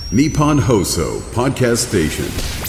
Nippon Hoso Podcast Station。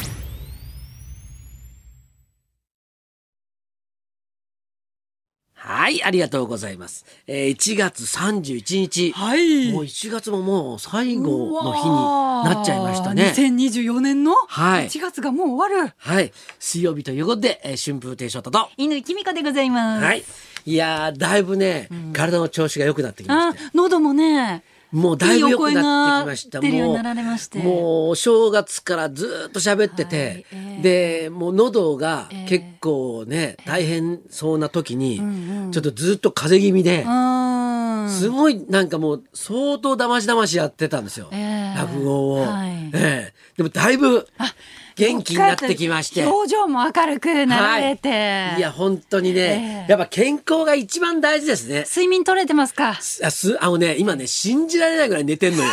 はい、ありがとうございます。1月31日、 はい、 もう1月ももう最後の日になっちゃいましたね。 2024年のはい、 1月がもう終わる。 はい、水曜日ということで、春風亭昇太と犬きみこでございます。 はい、いやーだいぶね、体の調子が良くなってきました。 喉もね、 もうだいぶ良くなってきました。 出るようになられまして、 もうお正月からずっと喋ってて、はい、でもう喉が結構ね、大変そうな時に、ちょっとずっと風邪気味で、すごいなんかもう相当だましだましやってたんですよ、落語を、はい、でもだいぶ元気になってきまして、 表情も明るくなられて、 はい、いや本当にね、やっぱ健康が一番大事ですね。 睡眠取れてますか？ 今ね信じられないぐらい寝てんのよ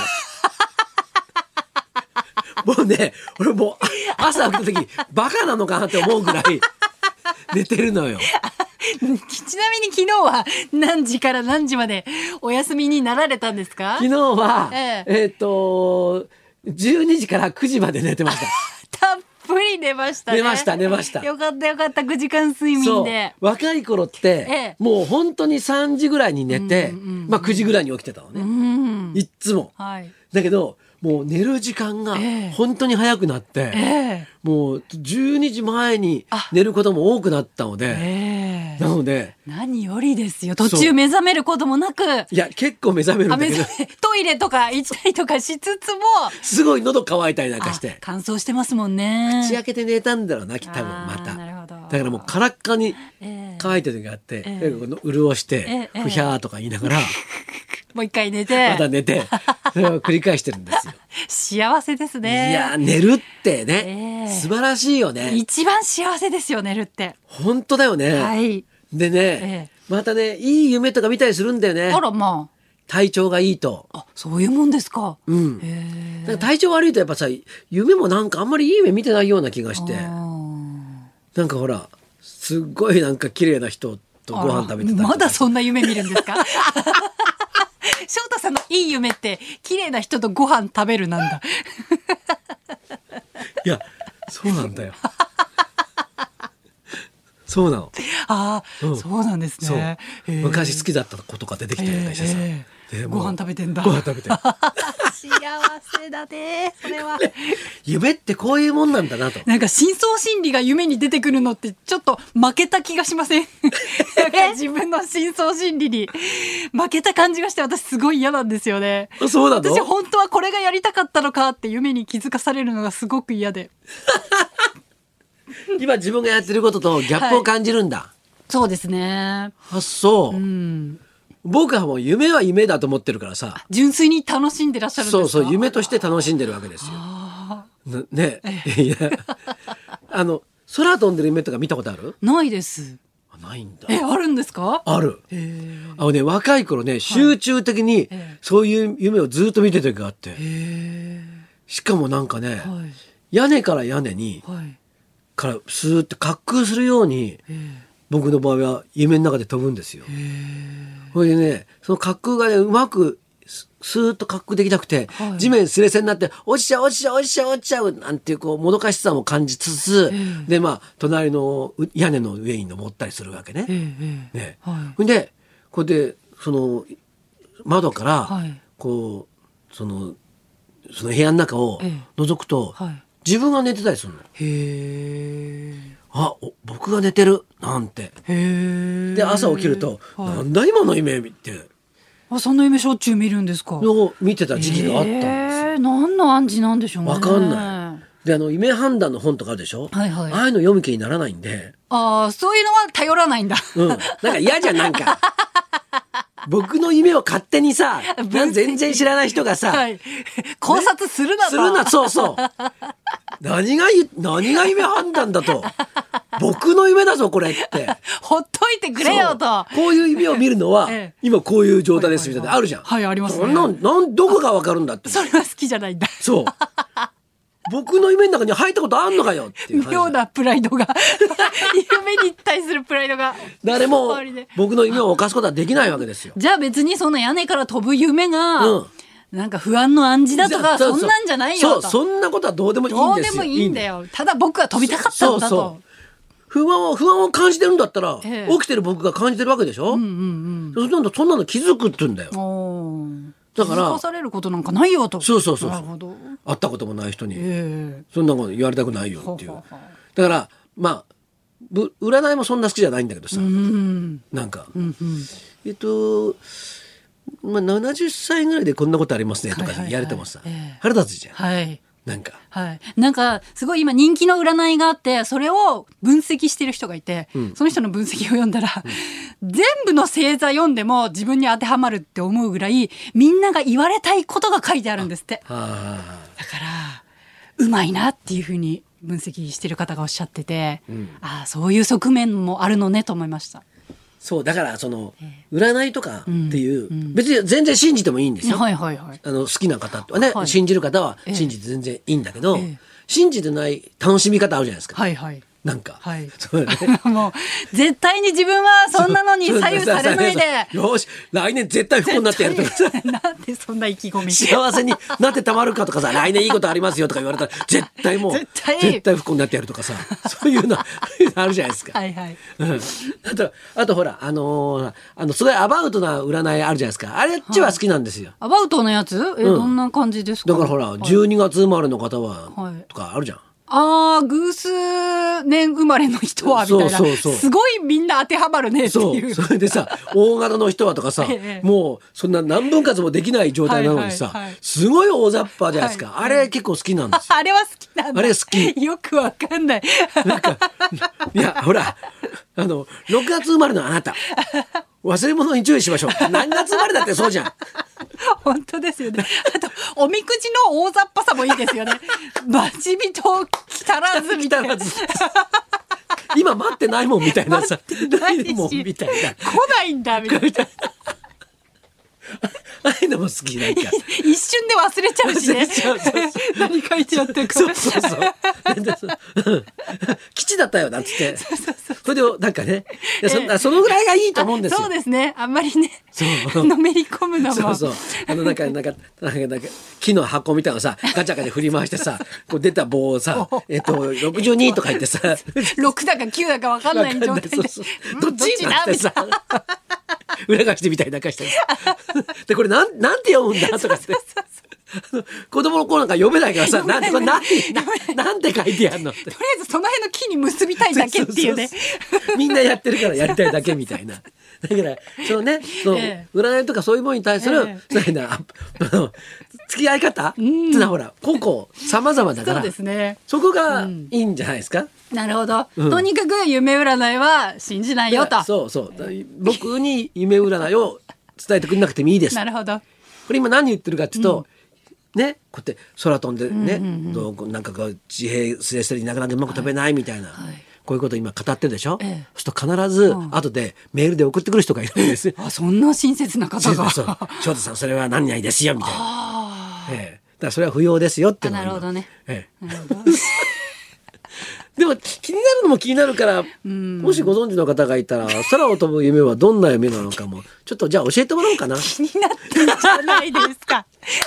もうね、俺もう朝起きた時バカなのかなって思うぐらい寝てるのよちなみに昨日は何時から何時までお休みになられたんですか？ 昨日は、12時から9時まで寝てましたたっぷり寝ましたね。 寝ましたよかったよかった。9時間睡眠で。 若い頃って、もう本当に3時ぐらいに寝て、9時ぐらいに起きてたのね、いっつも、はい、だけどもう寝る時間が本当に早くなって、もう12時前に寝ることも多くなったので、なので何よりですよ。途中目覚めることもなく。 いや結構目覚めるんだけどトイレとか行ったりとかしつつもすごい喉乾いたりなんかして乾燥してますもんね。 口開けて寝たんだろうな多分また。 なるほど。 だからもうカラッカに乾いてる時があって、潤して、ふひゃーとか言いながらもう一回寝てまた寝てそれを繰り返してるんですよ幸せですね。 いや寝るってね、素晴らしいよね。 一番幸せですよ寝るって。 本当だよね、 はい、 でね、またねいい夢とか見たりするんだよね。 あらまあ、 体調がいいと。 そういうもんですか。 だから体調悪いとやっぱさ夢もなんかあんまりいい夢見てないような気がして、なんかほらすっごいなんか綺麗な人とご飯食べてたりとか。 まだそんな夢見るんですか翔太さんのいい夢って綺麗な人とご飯食べるなんだいやそうなんだよそうなの。 そうなんですね。 昔好きだった子とか出てきたりとかしてさ、 ご飯食べてんだ。 ご飯食べて幸せだねそれは夢ってこういうもんなんだなと。 なんか深層心理が夢に出てくるのってちょっと負けた気がしませんなんか自分の深層心理に負けた感じがして私すごい嫌なんですよね。 そうなの？ 私本当はこれがやりたかったのかって夢に気づかされるのがすごく嫌で今自分がやってることとギャップを感じるんだ、はい、 そうですね。 そう、僕はもう夢は夢だと思ってるからさ。 純粋に楽しんでらっしゃるんですか？ そう夢として楽しんでるわけですよ。ね、いや空飛んでる夢とか見たことある？ ないです。 ないんだ。 あるんですか？ ある。若い頃ね集中的にそういう夢をずっと見てる時があって、しかもなんかね、屋根から屋根に、からスーッと滑空するように、僕の場合は夢の中で飛ぶんですよ。それでねその滑空がねうまくスーッと滑空できなくて、地面すれすれになって落ちちゃうなんていうこうもどかしさも感じつつ、で隣の屋根の上に登ったりするわけね。でこれでその窓からこうその部屋の中を覗くと、自分が寝てたりするの。僕が寝てるなんて。で朝起きると、なんだ今の夢って。 そんな夢しょっちゅう見るんですか？ 見てた時期があったんですよ。 何の暗示なんでしょうね。 わかんない。で夢判断の本とかあるでしょ、ああいうの読む気にならないんで。 そういうのは頼らないんだ。 なんか嫌じゃんなんか僕の夢を勝手にさ全然知らない人がさ、 考察するなと。 そう何が夢判断だと僕の夢だぞこれってほっといてくれよと。 こういう夢を見るのは、今こういう状態ですみたいなあるじゃん。 ありますね。 どこが分かるんだって。 それは好きじゃないんだ。 そう僕の夢の中に入ったことあんのかよっていう妙なプライドが夢に対するプライドが誰も僕の夢を犯すことはできないわけですよ。 じゃあ別にそんな屋根から飛ぶ夢が、 なんか不安の暗示だとかそんなんじゃないよと。 そんなことはどうでもいいんですよ。 どうでもいいんだよ。ただ僕は飛びたかったんだと。 不安を感じてるんだったら、起きてる僕が感じてるわけでしょ。そんなの気づくって言うんだよ。だから気づかされることなんかないよと。 そう。 なるほど。 会ったこともない人に、そんなこと言われたくないよっていう。だからまあ占いもそんな好きじゃないんだけどさ、なんか、まあ、70歳ぐらいでこんなことありますねとか言われてもさ、腹立つじゃん。 なんかすごい今人気の占いがあって、それを分析してる人がいて、その人の分析を読んだら、全部の星座読んでも自分に当てはまるって思うぐらい、みんなが言われたいことが書いてあるんですって。だからうまいなっていうふうに分析してる方がおっしゃってて、そういう側面もあるのねと思いました。 そうだからその占いとかっていう、別に全然信じてもいいんですよ。好きな方はね、信じる方は信じて全然いいんだけど、信じてない楽しみ方あるじゃないですか。なんか、 もう絶対に自分はそんなのに左右されないでよし来年絶対不幸になってやるとかさなんでそんな意気込み幸せになってたまるかとかさ来年いいことありますよとか言われたら絶対もう絶対不幸になってやるとかさそういうのあるじゃないですか。あとほらすごいアバウトな占いあるじゃないですか。あれっちは好きなんですよ。 アバウトのやつどんな感じですか。 だからほら12月生まれの方はとかあるじゃん。 偶数年生まれの人はみたいな、すごいみんな当てはまるねっていう。 それでさ大型の人はとかさもうそんな何分割もできない状態なのにさすごい大雑把じゃないですか。あれ結構好きなんですよ。 あれは好きなんだ。 あれ好き。 よくわかんない。 なんかいやほら6月生まれのあなた忘れ物に注意しましょう。何月生まれだってそうじゃん。 本当ですよね。あとおみくじの大雑把さもいいですよね。待ち人来たらずみたいな。 今待ってないもんみたいなさ。 ないもんみたいな。 来ないんだみたいな。 ああいうのも好き。なんか一瞬で忘れちゃうしね。何書いてあってるか。 基地だったよなんつって。それでなんかねそのぐらいがいいと思うんですよ。 そうですね。あんまりねのめり込むのもなんか木の箱みたいなのさガチャガチャ振り回してさこう出た棒をさ62とか言ってさ 6だか9だか分かんない状態でどっちなんてさ裏返してみたりなんかしてでこれなんて読むんだとかって子供の頃なんか読めないからさなんて書いてやんのって。 とりあえずその辺の木に結びたいだけっていうね。 みんなやってるからやりたいだけみたいな。だからそのね占いとかそういうものに対するそういうな付き合い方ってのはほら個々様々だから、そこがいいんじゃないですか。 なるほど、とにかく夢占いは信じないよと。 僕に夢占いを伝えてくれなくてもいいです。 なるほど。 これ今何言ってるかっていうと、ね、こうやって空飛んでね、なんか地平すれすれになかなかうまく飛べないみたいな、こういうこと今語ってるでしょ。そうすると必ず後でメールで送ってくる人がいるんです。 そんな親切な方が。 翔太さんそれは何々ですよみたいな。だからそれは不要ですよっていうのが。 なるほどね。 でも気になるのも気になるから、もしご存知の方がいたら空を飛ぶ夢はどんな夢なのかもちょっとじゃあ教えてもらおうかな。 気になってんじゃないですか。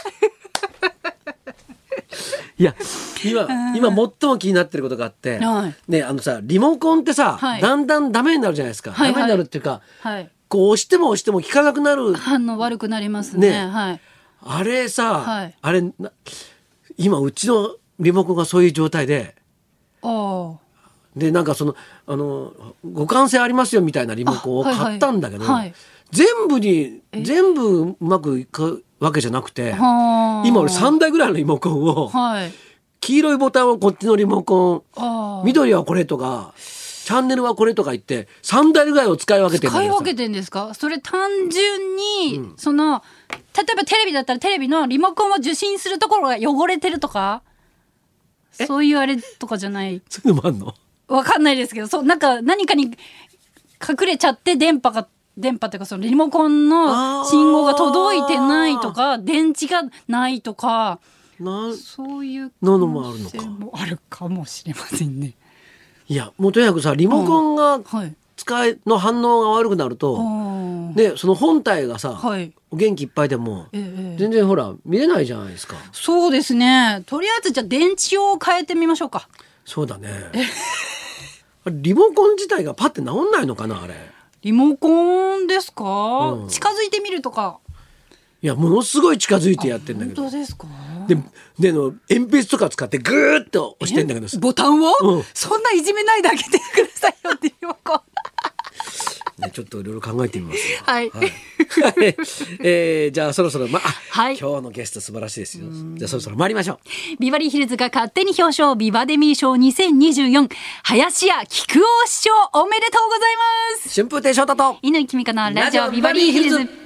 いや今最も気になってることがあって、ねリモコンってさ、だんだんダメになるじゃないですか。ダメになるっていうか、こう押しても押しても効かなくなる。 反応悪くなりますね。 あれさ、あれ今うちのリモコンがそういう状態で。でなんかその互換性ありますよみたいなリモコンを買ったんだけど、全部うまくいくわけじゃなくて、今俺3台ぐらいのリモコンを、黄色いボタンはこっちのリモコン、緑はこれとかチャンネルはこれとか言って3台ぐらいを使い分けてるんだけど。 使い分けてんですか。それ単純に、例えばテレビだったらテレビのリモコンを受信するところが汚れてるとか、そういうあれとかじゃない。 そういうのもあんの？ わかんないですけど、なんか何かに隠れちゃって電波っていうかそのリモコンの信号が届いてないとか電池がないとかそういうのもあるのか。 あるかもしれませんね。 いやもうとにかくさリモコンが使いの反応が悪くなると、ね、その本体がさ、はい、元気いっぱいでも、全然ほら見れないじゃないですか。 そうですね。とりあえずじゃあ電池を変えてみましょうか。 そうだね。リモコン自体がパッて治んないのかなあれ。 リモコンですか、近づいてみるとか。 いやものすごい近づいてやってんだけど。 本当ですか。 で鉛筆とか使ってグーッと押してんだけど、 ボタンを、そんないじめないであげてくださいよってリモコン。 ね、ちょっといろいろ考えてみます。 はい。 じゃあそろそろはい、 今日のゲスト素晴らしいですよ。じゃあそろそろ参りましょう。 ビバリーヒルズが勝手に表彰ビバデミー賞2024林家木久扇師匠おめでとうございます。 春風亭昇太と乾きみかのラジオビバリーヒルズ。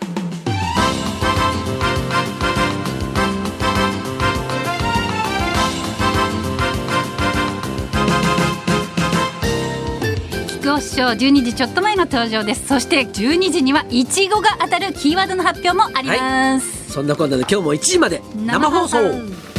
師匠12時ちょっと前の登場です。そして12時にはイチゴが当たるキーワードの発表もあります。 はい、そんなこんなで今日も1時まで生放送。